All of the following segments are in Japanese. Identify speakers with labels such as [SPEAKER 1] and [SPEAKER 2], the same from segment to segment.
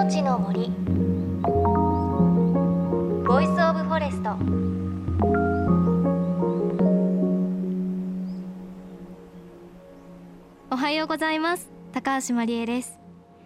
[SPEAKER 1] 命の森ボイスオブフォレスト。おはようございます。高橋真理恵です。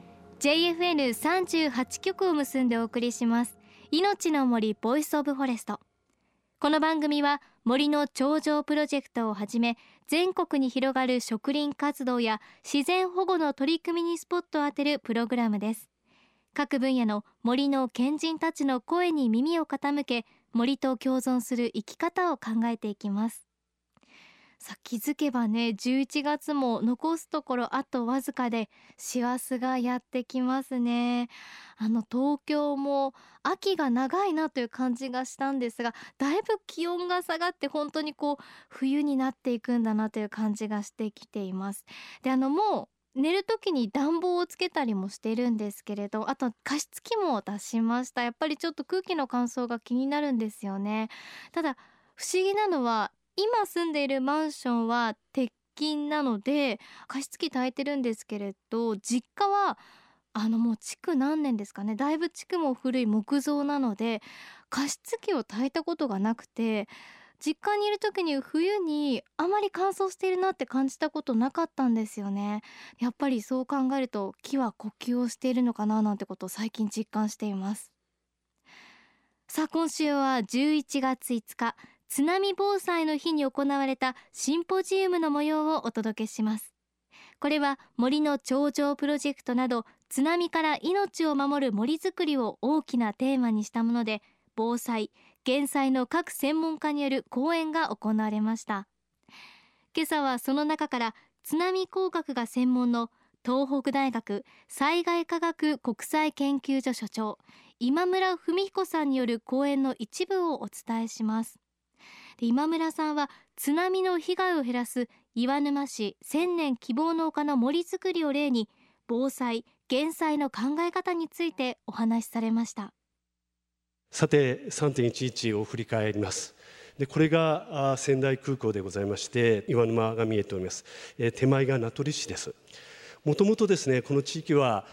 [SPEAKER 1] JFN38 局を結んでお送りします命の森ボイスオブフォレスト。この番組は森の長寿プロジェクトをはじめ、全国に広がる植林活動や自然保護の取り組みにスポットを当てるプログラムです。各分野の森の賢人たちの声に耳を傾け、森と共存する生き方を考えていきます。さあ、気づけばね、11月も残すところあとわずかで師走がやってきますね。東京も秋が長いなという感じがしたんですが、だいぶ気温が下がって本当に冬になっていくんだなという感じがしてきています。で、もう寝る時に暖房をつけたりもしてるんですけれど、あと加湿器も出しました。やっぱりちょっと空気の乾燥が気になるんですよね。ただ不思議なのは、今住んでいるマンションは鉄筋なので加湿器焚いてるんですけれど、実家はもう築何年ですかね、だいぶ築も古い木造なので加湿器を焚いたことがなくて、実家にいる時に冬にあまり乾燥しているなって感じたことなかったんですよね。やっぱりそう考えると木は呼吸をしているのかななんてことを最近実感しています。さあ、今週は11月5日津波防災の日に行われたシンポジウムの模様をお届けします。これは森の長寿プロジェクトなど、津波から命を守る森づくりを大きなテーマにしたもので、防災・減災の各専門家による講演が行われました。今朝はその中から津波工学が専門の東北大学災害科学国際研究所所長今村文彦さんによる講演の一部をお伝えします。今村さんは津波の被害を減らす岩沼市千年希望の丘の森づくりを例に、防災・減災の考え方についてお話しされました。
[SPEAKER 2] さて 3.11 を振り返ります。でこれが仙台空港でございまして、岩沼が見えております。手前が名取市です。もともとですね、この地域は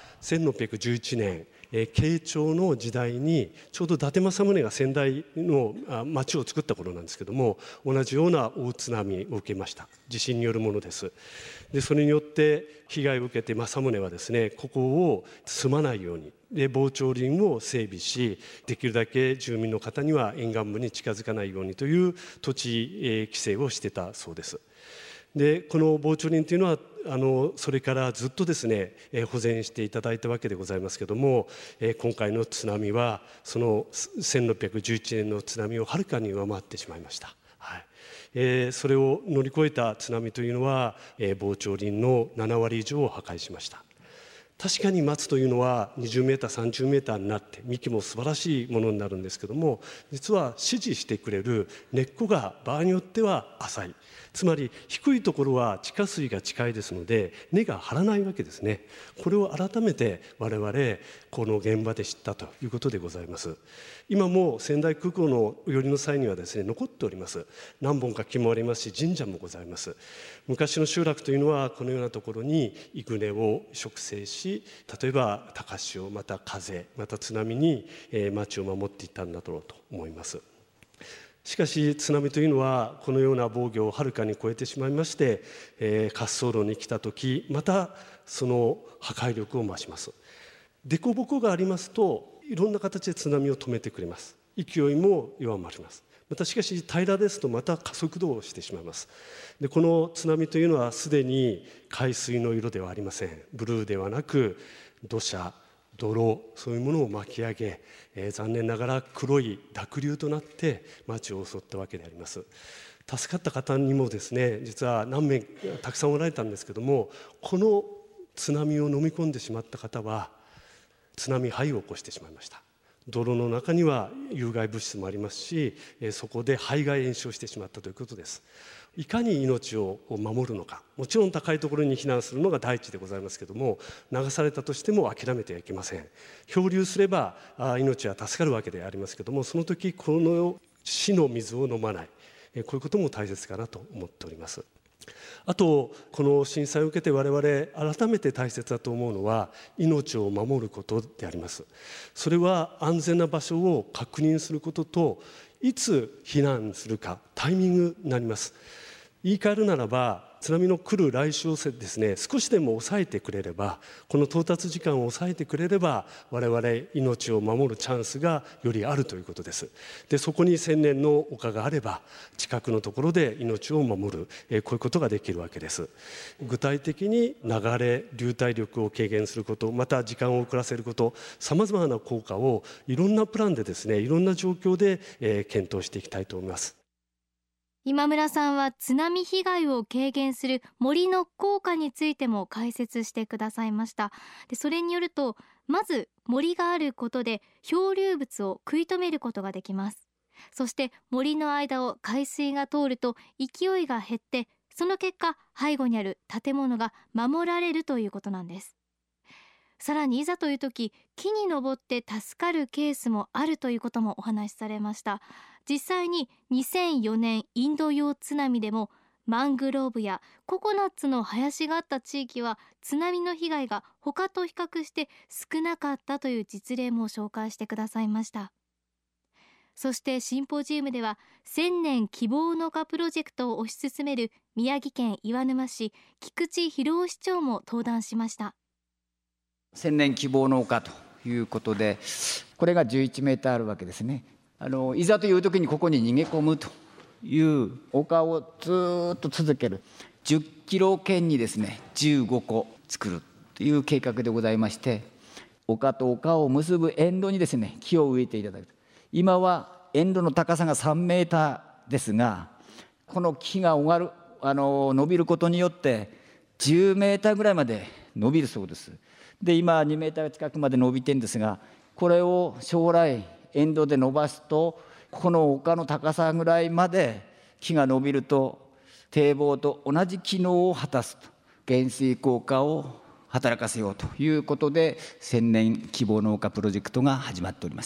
[SPEAKER 2] 1611年慶長の時代にちょうど伊達政宗が仙台の町を作った頃なんですけども、同じような大津波を受けました。地震によるものです。でそれによって被害を受けて政宗はですね、ここを住まないようにで防潮林を整備し、できるだけ住民の方には沿岸部に近づかないようにという土地規制をしてたそうです。でこの防潮林というのはそれからずっとですね保全していただいたわけでございますけども、今回の津波はその1611年の津波をはるかに上回ってしまいました。それを乗り越えた津波というのは防潮林の7割以上を破壊しました。確かに松というのは20メーター30メーターになって幹も素晴らしいものになるんですけども、実は支持してくれる根っこが場合によっては浅い。つまり低いところは地下水が近いですので根が張らないわけですね。これを改めて我々この現場で知ったということでございます。今も仙台空港のお寄りの際にはですね残っております。何本か木もありますし神社もございます。昔の集落というのはこのようなところにイグネを植生し、例えば高潮また風また津波に町を守っていったんだろうと思います。しかし津波というのはこのような防御をはるかに超えてしまいまして、滑走路に来た時またその破壊力を増します。凸凹がありますといろんな形で津波を止めてくれます。勢いも弱まります。またしかし平らですとまた加速度をしてしまいます。でこの津波というのはすでに海水の色ではありません。ブルーではなく土砂泥、そういうものを巻き上げ、残念ながら黒い濁流となって町を襲ったわけであります。助かった方にもですね実は何名たくさんおられたんですけども、この津波を飲み込んでしまった方は津波肺を起こしてしまいました。泥の中には有害物質もありますし、そこで肺が炎症してしまったということです。いかに命を守るのか、もちろん高いところに避難するのが第一でございますけども、流されたとしても諦めてはいけません。漂流すれば命は助かるわけでありますけども、その時この死の水を飲まない、こういうことも大切かなと思っております。 あとこの震災を受けて我々改めて大切だと思うのは命を守ることであります。それは安全な場所を確認することといつ避難するかタイミングになります。言い換えるならば津波の来る来襲をですね少しでも抑えてくれればこの到達時間を抑えてくれれば我々命を守るチャンスがよりあるということです。でそこに千年の丘があれば近くのところで命を守るこういうことができるわけです。具体的に流れ流体力を軽減することまた時間を遅らせることさまざまな効果をいろんなプランでですねいろんな状況で検討していきたいと思います。
[SPEAKER 1] 今村さんは津波被害を軽減する森の効果についても解説してくださいました。でそれによるとまず森があることで漂流物を食い止めることができます。そして森の間を海水が通ると勢いが減ってその結果背後にある建物が守られるということなんです。さらにいざという時木に登って助かるケースもあるということもお話しされました。実際に2004年インド洋津波でもマングローブやココナッツの林があった地域は津波の被害が他と比較して少なかったという実例も紹介してくださいました。そしてシンポジウムでは千年希望の丘プロジェクトを推し進める宮城県岩沼市菊池博夫市長も登壇しました。
[SPEAKER 3] 千年希望の丘ということでこれが11メーターあるわけですね。いざという時にここに逃げ込むという丘をずっと続ける10キロ圏にですね15個作るという計画でございまして丘と丘を結ぶ沿路にですね木を植えていただく。今は沿路の高さが3メーターですがこの木が伸びることによって10メーターぐらいまで伸びるそうです。で今2メーター近くまで伸びてるんですがこれを将来沿道で伸ばすとこの丘の高さぐらいまで木が伸びると堤防と同じ機能を果たすと減水効果を働かせようということで千年希望の丘プロジェクトが始まっております。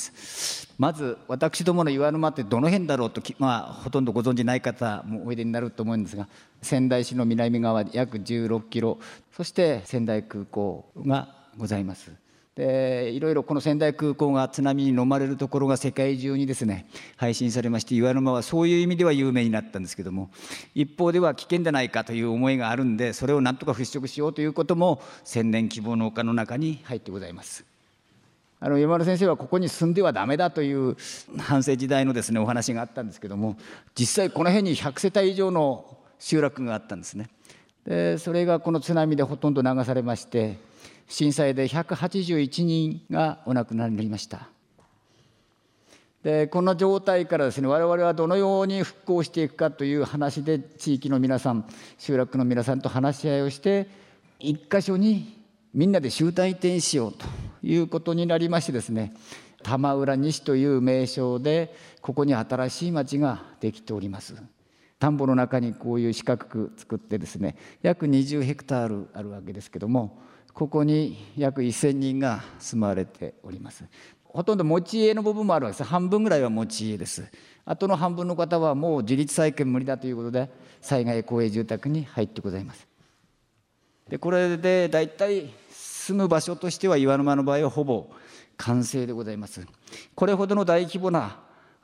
[SPEAKER 3] まず私どもの岩沼ってどの辺だろうと、ほとんどご存じない方もおいでになると思うんですが仙台市の南側約16キロそして仙台空港がございます。でいろいろこの仙台空港が津波に飲まれるところが世界中にですね配信されまして岩沼はそういう意味では有名になったんですけども一方では危険じゃないかという思いがあるんでそれをなんとか払拭しようということも千年希望の丘の中に入ってございます。山村先生はここに住んではダメだという半世時代のですねお話があったんですけども実際この辺に100世帯以上の集落があったんですね。でそれがこの津波でほとんど流されまして震災で181人がお亡くなりになりました。でこの状態からですね我々はどのように復興していくかという話で地域の皆さん集落の皆さんと話し合いをして一箇所にみんなで集大移転しようということになりましてですね玉浦西という名称でここに新しい町ができております。田んぼの中にこういう四角く作ってですね約20ヘクタールあるわけですけどもここに約1000人が住まわれております。ほとんど持ち家の部分もあるわけです。半分ぐらいは持ち家です。あとの半分の方はもう自立再建無理だということで災害公営住宅に入ってございます。でこれでだいたい住む場所としては岩沼の場合はほぼ完成でございます。これほどの大規模な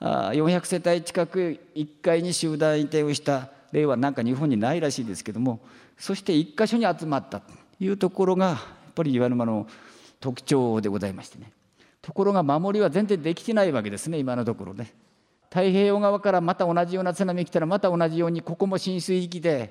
[SPEAKER 3] 400世帯近く1階に集団移転をした例はなんか日本にないらしいですけどもそして一箇所に集まったというところがやっぱり岩沼の特徴でございましてね。ところが守りは全然できてないわけですね今のところね。太平洋側からまた同じような津波来たらまた同じようにここも浸水域で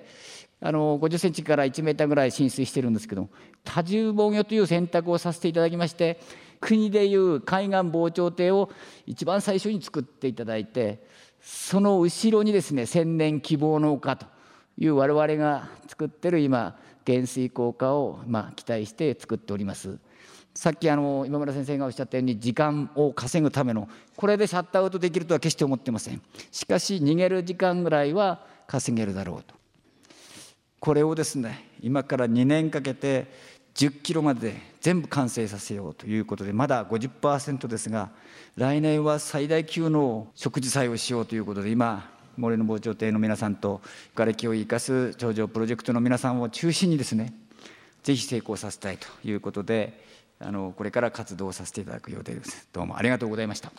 [SPEAKER 3] 50センチから1メーターぐらい浸水してるんですけど多重防御という選択をさせていただきまして国でいう海岸防潮堤を一番最初に作っていただいてその後ろにですね千年希望の丘という我々が作ってる今減水効果を期待して作っております。さっき今村先生がおっしゃったように時間を稼ぐためのこれでシャットアウトできるとは決して思ってません。しかし逃げる時間ぐらいは稼げるだろうとこれをですね今から2年かけて10キロまで全部完成させようということでまだ 50% ですが来年は最大級の植樹祭をしようということで今森の防潮堤の皆さんと瓦礫を生かす頂上プロジェクトの皆さんを中心にですね、ぜひ成功させたいということで、これから活動させていただく予定です。どうもありがとうございました。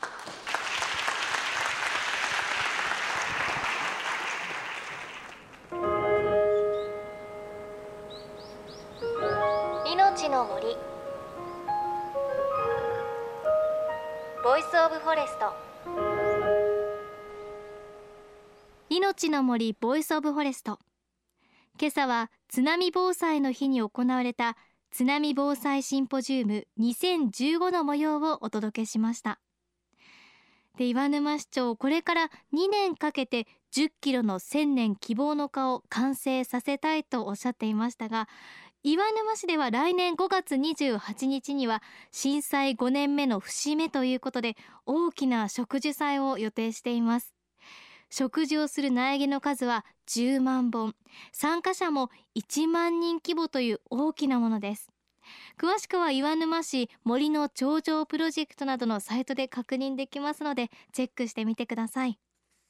[SPEAKER 1] 命の森ボイスオブフォレスト。命の森ボイスオブフォレスト。今朝は津波防災の日に行われた津波防災シンポジウム2015の模様をお届けしました。で、岩沼市長、これから2年かけて10キロの1000年希望の丘を完成させたいとおっしゃっていましたが、岩沼市では来年5月28日には震災5年目の節目ということで、大きな植樹祭を予定しています。植樹をする苗木の数は10万本、参加者も1万人規模という大きなものです。詳しくは岩沼市森の頂上プロジェクトなどのサイトで確認できますので、チェックしてみてください。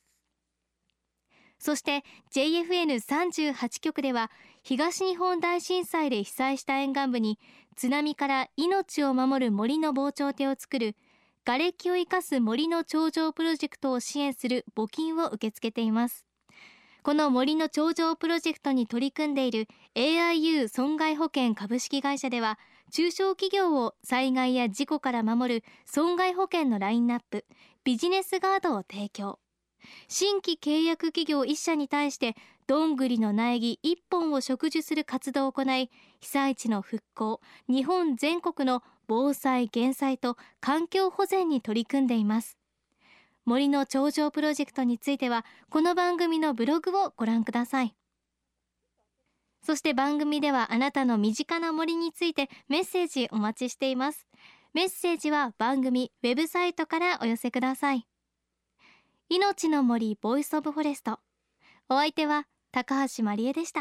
[SPEAKER 1] そして JFN38 局では、東日本大震災で被災した沿岸部に津波から命を守る森の防潮堤を作る瓦礫を生かす森の頂上プロジェクトを支援する募金を受け付けています。この森の頂上プロジェクトに取り組んでいる AIU 損害保険株式会社では、中小企業を災害や事故から守る損害保険のラインナップ、ビジネスガードを提供。新規契約企業1社に対してどんぐりの苗木1本を植樹する活動を行い、被災地の復興、日本全国の防災減災と環境保全に取り組んでいます。森の頂上プロジェクトについては、この番組のブログをご覧ください。そして番組では、あなたの身近な森についてメッセージお待ちしています。メッセージは番組ウェブサイトからお寄せください。命の森ボイスオブフォレスト。お相手は高橋まりえでした。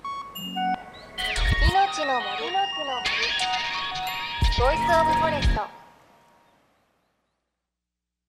[SPEAKER 1] 命の森ボイスオブフォレスト。